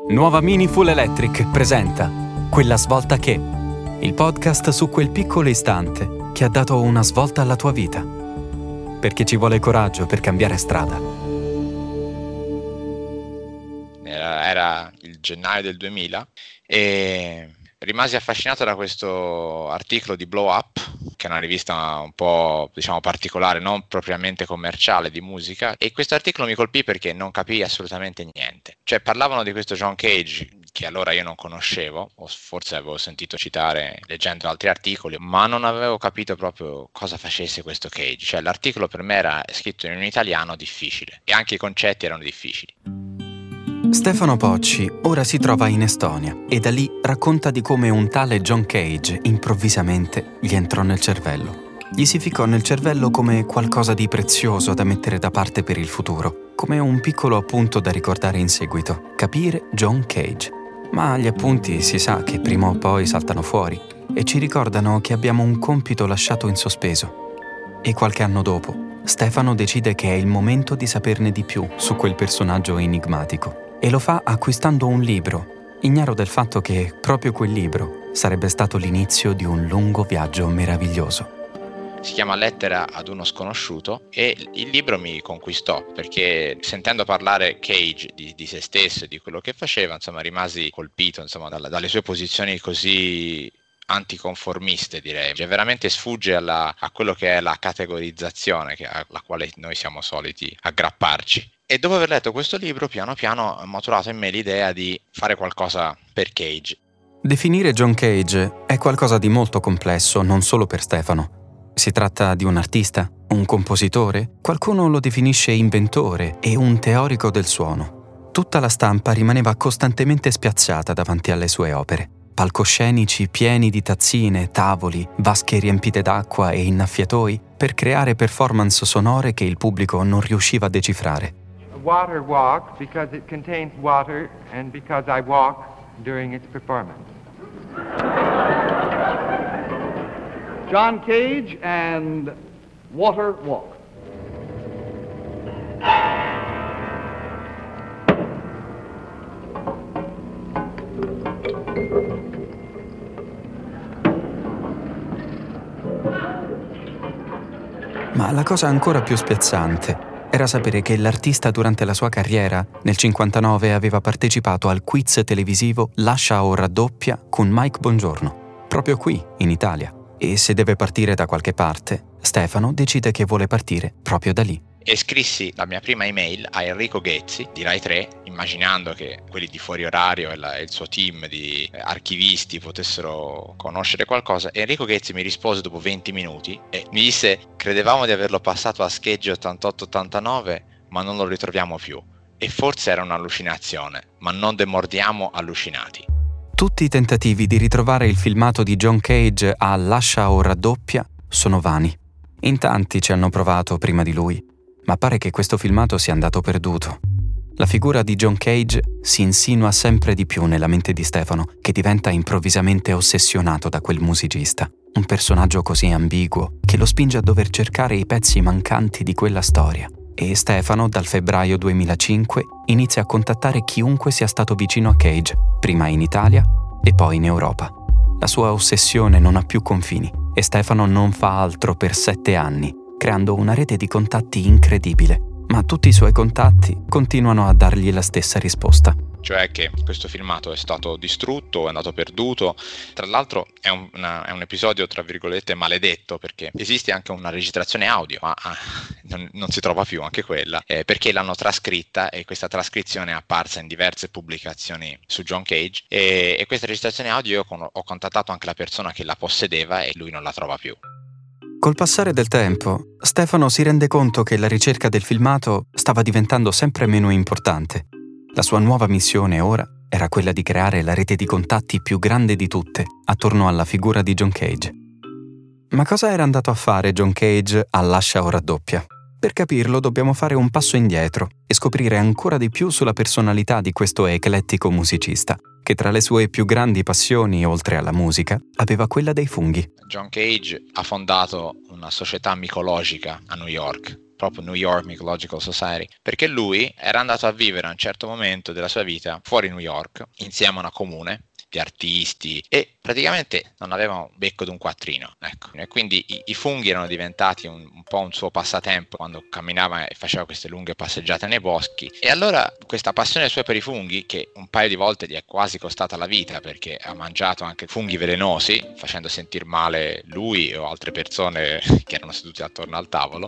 Nuova Mini Full Electric presenta Quella svolta che, il podcast su quel piccolo istante che ha dato una svolta alla tua vita. Perché ci vuole coraggio per cambiare strada. Era il gennaio del 2000 e rimasi affascinato da questo articolo di Blow Up, che è una rivista un po', particolare, non propriamente commerciale di musica, e questo articolo mi colpì perché non capii assolutamente niente. Cioè parlavano di questo John Cage, che allora io non conoscevo, o forse avevo sentito citare leggendo altri articoli, ma non avevo capito proprio cosa facesse questo Cage. Cioè l'articolo per me era scritto in un italiano difficile, e anche i concetti erano difficili. Stefano Pocci ora si trova in Estonia e da lì racconta di come un tale John Cage improvvisamente gli entrò nel cervello. Gli si ficcò nel cervello come qualcosa di prezioso da mettere da parte per il futuro, come un piccolo appunto da ricordare in seguito, capire John Cage. Ma gli appunti si sa che prima o poi saltano fuori e ci ricordano che abbiamo un compito lasciato in sospeso. E qualche anno dopo, Stefano decide che è il momento di saperne di più su quel personaggio enigmatico. E lo fa acquistando un libro, ignaro del fatto che proprio quel libro sarebbe stato l'inizio di un lungo viaggio meraviglioso. Si chiama Lettera ad uno sconosciuto e il libro mi conquistò perché sentendo parlare Cage di se stesso e di quello che faceva, rimasi colpito dalle sue posizioni così anticonformiste, direi. Cioè veramente sfugge a quello che è la categorizzazione alla quale noi siamo soliti aggrapparci. E dopo aver letto questo libro, piano piano ho maturato in me l'idea di fare qualcosa per Cage. Definire John Cage è qualcosa di molto complesso, non solo per Stefano. Si tratta di un artista, un compositore, qualcuno lo definisce inventore e un teorico del suono. Tutta la stampa rimaneva costantemente spiazzata davanti alle sue opere. Palcoscenici pieni di tazzine, tavoli, vasche riempite d'acqua e innaffiatoi per creare performance sonore che il pubblico non riusciva a decifrare. Water walk because it contains water and because I walk during its performance. John Cage and Water Walk. Ma la cosa ancora più spiazzante era sapere che l'artista durante la sua carriera, nel 1959, aveva partecipato al quiz televisivo Lascia o raddoppia con Mike Bongiorno, proprio qui, in Italia. E se deve partire da qualche parte, Stefano decide che vuole partire proprio da lì. E scrissi la mia prima email a Enrico Ghezzi di Rai 3, immaginando che quelli di Fuori Orario e il suo team di archivisti potessero conoscere qualcosa. E Enrico Ghezzi mi rispose dopo 20 minuti e mi disse: credevamo di averlo passato a schegge 88-89, ma non lo ritroviamo più. E forse era un'allucinazione, ma non demordiamo allucinati. Tutti i tentativi di ritrovare il filmato di John Cage a Lascia o raddoppia sono vani. In tanti ci hanno provato prima di lui, ma pare che questo filmato sia andato perduto. La figura di John Cage si insinua sempre di più nella mente di Stefano, che diventa improvvisamente ossessionato da quel musicista. Un personaggio così ambiguo che lo spinge a dover cercare i pezzi mancanti di quella storia. E Stefano, dal febbraio 2005, inizia a contattare chiunque sia stato vicino a Cage, prima in Italia e poi in Europa. La sua ossessione non ha più confini e Stefano non fa altro per 7 anni, creando una rete di contatti incredibile, ma tutti i suoi contatti continuano a dargli la stessa risposta. Cioè che questo filmato è stato distrutto, è andato perduto. Tra l'altro è un episodio, tra virgolette, maledetto, perché esiste anche una registrazione audio, ma non si trova più anche quella, perché l'hanno trascritta e questa trascrizione è apparsa in diverse pubblicazioni su John Cage e questa registrazione audio io ho contattato anche la persona che la possedeva e lui non la trova più. Col passare del tempo, Stefano si rende conto che la ricerca del filmato stava diventando sempre meno importante. La sua nuova missione ora era quella di creare la rete di contatti più grande di tutte attorno alla figura di John Cage. Ma cosa era andato a fare John Cage a Lascia o raddoppia? Per capirlo dobbiamo fare un passo indietro e scoprire ancora di più sulla personalità di questo eclettico musicista, che tra le sue più grandi passioni, oltre alla musica, aveva quella dei funghi. John Cage ha fondato una società micologica a New York, proprio New York Mycological Society, perché lui era andato a vivere a un certo momento della sua vita fuori New York, insieme a una comune di artisti, e praticamente non aveva un becco d'un quattrino, ecco. E quindi i funghi erano diventati un po' un suo passatempo quando camminava e faceva queste lunghe passeggiate nei boschi, e allora questa passione sua per i funghi, che un paio di volte gli è quasi costata la vita perché ha mangiato anche funghi velenosi, facendo sentire male lui o altre persone che erano sedute attorno al tavolo,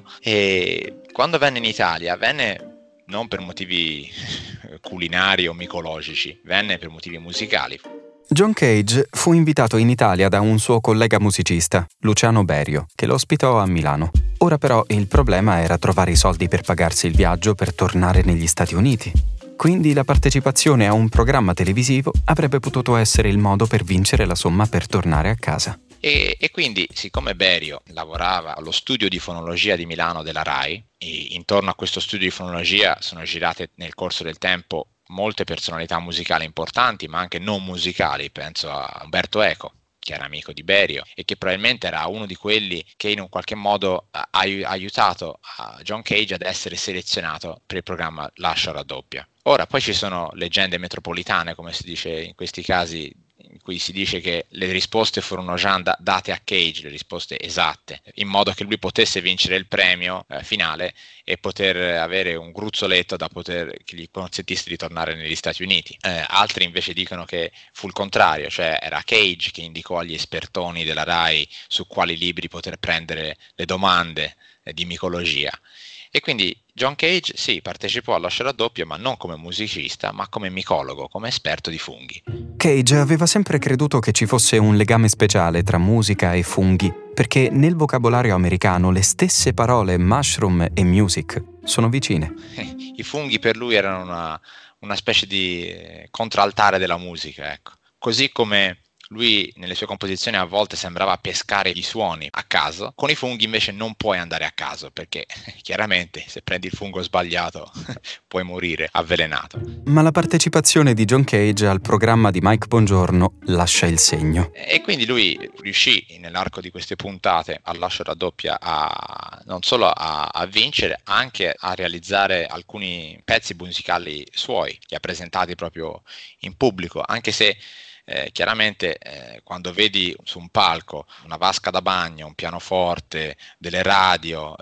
e quando venne in Italia venne non per motivi culinari o micologici, venne per motivi musicali. John Cage fu invitato in Italia da un suo collega musicista, Luciano Berio, che lo ospitò a Milano. Ora però il problema era trovare i soldi per pagarsi il viaggio per tornare negli Stati Uniti. Quindi la partecipazione a un programma televisivo avrebbe potuto essere il modo per vincere la somma per tornare a casa. E quindi, siccome Berio lavorava allo studio di fonologia di Milano della RAI, e intorno a questo studio di fonologia sono girate nel corso del tempo molte personalità musicali importanti, ma anche non musicali, penso a Umberto Eco, che era amico di Berio e che probabilmente era uno di quelli che in un qualche modo ha aiutato a John Cage ad essere selezionato per il programma Lascia o raddoppia. Ora, poi ci sono leggende metropolitane, come si dice in questi casi, in cui si dice che le risposte furono già date a Cage, le risposte esatte, in modo che lui potesse vincere il premio finale e poter avere un gruzzoletto che gli consentisse di tornare negli Stati Uniti. Altri invece dicono che fu il contrario, cioè era Cage che indicò agli espertoni della RAI su quali libri poter prendere le domande di micologia. E quindi John Cage sì, partecipò alla Lascia o raddoppia, ma non come musicista, ma come micologo, come esperto di funghi. Cage aveva sempre creduto che ci fosse un legame speciale tra musica e funghi, perché nel vocabolario americano le stesse parole mushroom e music sono vicine. I funghi per lui erano una specie di contraltare della musica, ecco. Così come lui nelle sue composizioni a volte sembrava pescare gli suoni a caso, con i funghi invece non puoi andare a caso, perché chiaramente se prendi il fungo sbagliato puoi morire avvelenato. Ma la partecipazione di John Cage al programma di Mike Bongiorno lascia il segno. E quindi lui riuscì nell'arco di queste puntate a Lascia o raddoppia non solo a vincere, anche a realizzare alcuni pezzi musicali suoi, li ha presentati proprio in pubblico, anche se chiaramente quando vedi su un palco una vasca da bagno, un pianoforte, delle radio,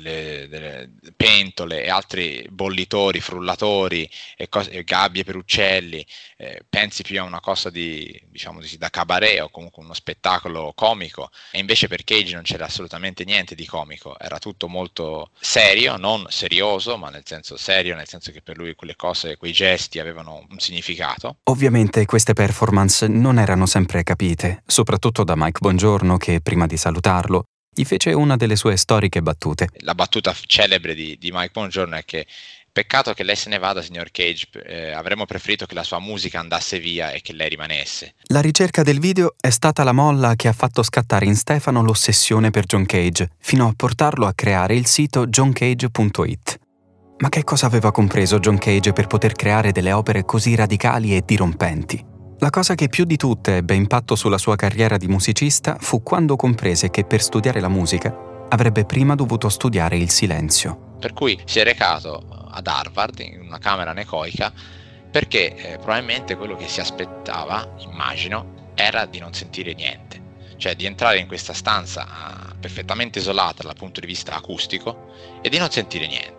delle pentole e altri bollitori, frullatori e gabbie per uccelli, pensi più a una cosa da cabaret o comunque uno spettacolo comico, e invece per Cage non c'era assolutamente niente di comico, era tutto molto serio, non serioso, ma nel senso serio, nel senso che per lui quelle cose, quei gesti avevano un significato. Ovviamente queste performance non erano sempre capite, soprattutto da Mike Bongiorno che, prima di salutarlo, gli fece una delle sue storiche battute. La battuta celebre di Mike Bongiorno è che peccato che lei se ne vada, signor Cage, avremmo preferito che la sua musica andasse via e che lei rimanesse. La ricerca del video è stata la molla che ha fatto scattare in Stefano l'ossessione per John Cage, fino a portarlo a creare il sito johncage.it. Ma che cosa aveva compreso John Cage per poter creare delle opere così radicali e dirompenti? La cosa che più di tutte ebbe impatto sulla sua carriera di musicista fu quando comprese che per studiare la musica avrebbe prima dovuto studiare il silenzio. Per cui si è recato ad Harvard in una camera anecoica perché probabilmente quello che si aspettava, immagino, era di non sentire niente, cioè di entrare in questa stanza perfettamente isolata dal punto di vista acustico e di non sentire niente.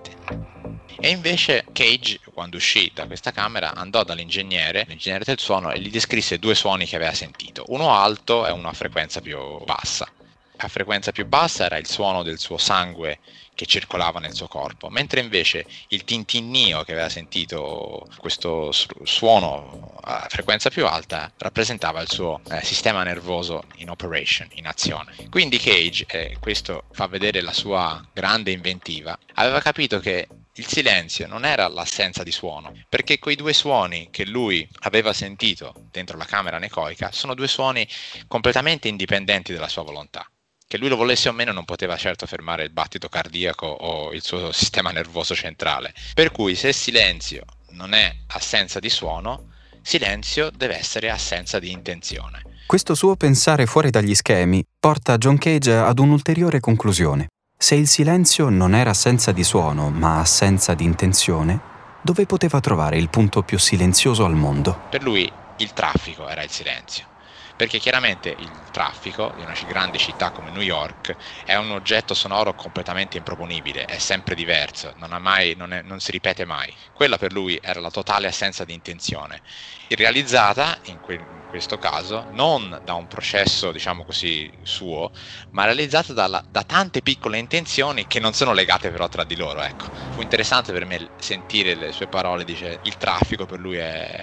E invece Cage, quando uscì da questa camera, andò dall'ingegnere del suono, e gli descrisse due suoni che aveva sentito, uno alto e uno a frequenza più bassa. A frequenza più bassa era il suono del suo sangue che circolava nel suo corpo, mentre invece il tintinnio che aveva sentito, questo suono a frequenza più alta, rappresentava il suo sistema nervoso in operation, in azione. Quindi Cage, questo fa vedere la sua grande inventiva, aveva capito che il silenzio non era l'assenza di suono, perché quei due suoni che lui aveva sentito dentro la camera anecoica sono due suoni completamente indipendenti dalla sua volontà. Che lui lo volesse o meno non poteva certo fermare il battito cardiaco o il suo sistema nervoso centrale. Per cui se silenzio non è assenza di suono, silenzio deve essere assenza di intenzione. Questo suo pensare fuori dagli schemi porta John Cage ad un'ulteriore conclusione. Se il silenzio non era assenza di suono, ma assenza di intenzione, dove poteva trovare il punto più silenzioso al mondo? Per lui il traffico era il silenzio, perché chiaramente il traffico di una grande città come New York è un oggetto sonoro completamente improponibile, è sempre diverso, non si ripete mai. Quella per lui era la totale assenza di intenzione, realizzata in questo caso non da un processo, diciamo così, suo, ma realizzata da tante piccole intenzioni che non sono legate però tra di loro. Ecco, fu interessante per me sentire le sue parole. Dice il traffico per lui è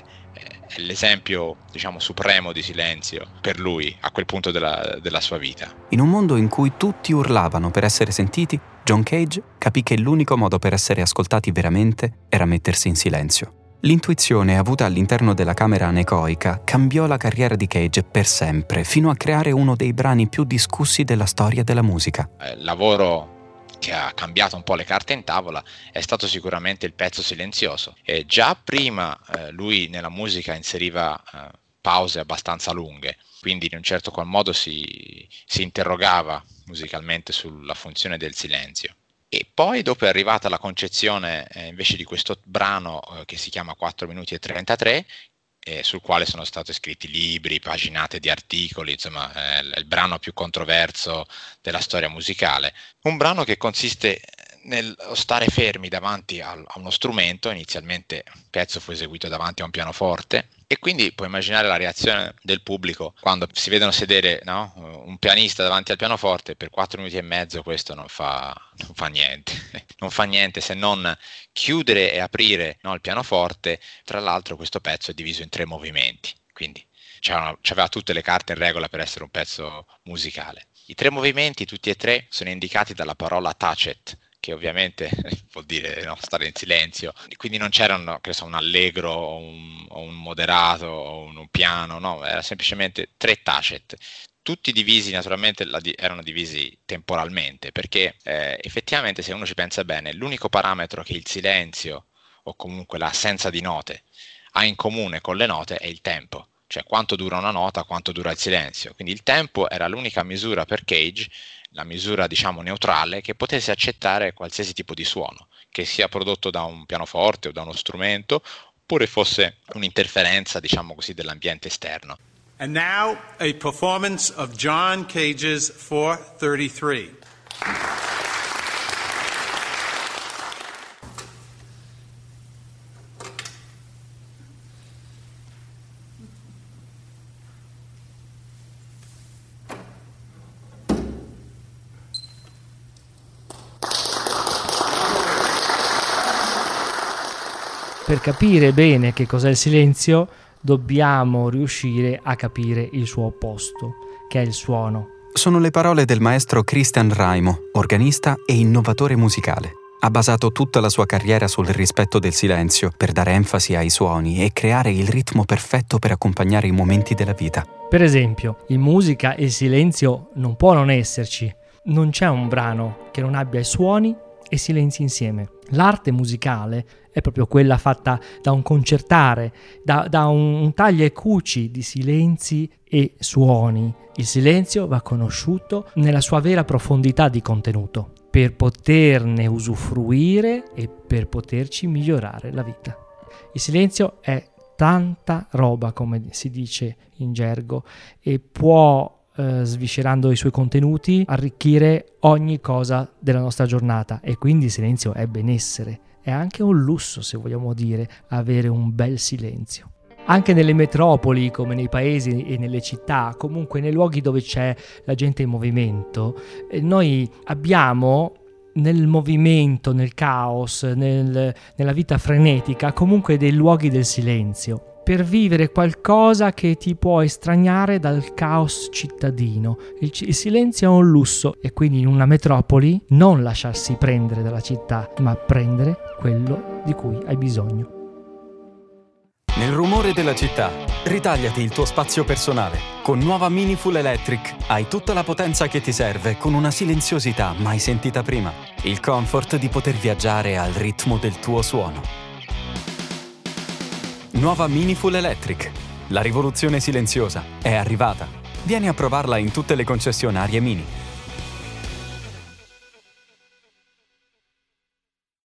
l'esempio, diciamo, supremo di silenzio per lui a quel punto della sua vita. In un mondo in cui tutti urlavano per essere sentiti, John Cage capì che l'unico modo per essere ascoltati veramente era mettersi in silenzio. L'intuizione avuta all'interno della camera anecoica cambiò la carriera di Cage per sempre, fino a creare uno dei brani più discussi della storia della musica. Il lavoro che ha cambiato un po' le carte in tavola è stato sicuramente il pezzo silenzioso. E già prima lui nella musica inseriva pause abbastanza lunghe, quindi in un certo qual modo si interrogava musicalmente sulla funzione del silenzio. E poi dopo è arrivata la concezione invece di questo brano che si chiama 4 minuti e 33, sul quale sono stati scritti libri, paginate di articoli, insomma è il brano più controverso della storia musicale. Un brano che consiste nel stare fermi davanti a uno strumento. Inizialmente il pezzo fu eseguito davanti a un pianoforte, e quindi puoi immaginare la reazione del pubblico quando si vedono sedere, no? Un pianista davanti al pianoforte per 4 minuti e mezzo. Questo non fa niente, non fa niente se non chiudere e aprire, no, il pianoforte. Tra l'altro questo pezzo è diviso in 3 movimenti, quindi c'aveva tutte le carte in regola per essere un pezzo musicale. I 3 movimenti, tutti e 3, sono indicati dalla parola tacet, che ovviamente vuol dire, no, stare in silenzio, quindi non c'era un allegro o un moderato o un piano, no, era semplicemente 3 tacet, tutti divisi. Naturalmente erano divisi temporalmente, perché effettivamente, se uno ci pensa bene, l'unico parametro che il silenzio, o comunque l'assenza di note, ha in comune con le note è il tempo, cioè quanto dura una nota, quanto dura il silenzio. Quindi il tempo era l'unica misura per Cage, la misura, diciamo, neutrale, che potesse accettare qualsiasi tipo di suono, che sia prodotto da un pianoforte o da uno strumento, oppure fosse un'interferenza, diciamo così, dell'ambiente esterno. And now a performance of John Cage's 433. Per capire bene che cos'è il silenzio, dobbiamo riuscire a capire il suo opposto, che è il suono. Sono le parole del maestro Christian Raimo, organista e innovatore musicale. Ha basato tutta la sua carriera sul rispetto del silenzio per dare enfasi ai suoni e creare il ritmo perfetto per accompagnare i momenti della vita. Per esempio, in musica il silenzio non può non esserci. Non c'è un brano che non abbia suoni e silenzi insieme. L'arte musicale è proprio quella fatta da un concertare, da un taglia e cuci di silenzi e suoni. Il silenzio va conosciuto nella sua vera profondità di contenuto, per poterne usufruire e per poterci migliorare la vita. Il silenzio è tanta roba, come si dice in gergo, e può, sviscerando i suoi contenuti, arricchire ogni cosa della nostra giornata. E quindi il silenzio è benessere. È anche un lusso, se vogliamo dire, avere un bel silenzio. Anche nelle metropoli, come nei paesi e nelle città, comunque nei luoghi dove c'è la gente in movimento, noi abbiamo nel movimento, nel caos, nella vita frenetica, comunque dei luoghi del silenzio, per vivere qualcosa che ti può estraniare dal caos cittadino. Il silenzio è un lusso, e quindi in una metropoli non lasciarsi prendere dalla città, ma prendere quello di cui hai bisogno. Nel rumore della città, ritagliati il tuo spazio personale. Con nuova Mini Full Electric hai tutta la potenza che ti serve, con una silenziosità mai sentita prima. Il comfort di poter viaggiare al ritmo del tuo suono. Nuova Mini Full Electric. La rivoluzione silenziosa è arrivata. Vieni a provarla in tutte le concessionarie Mini.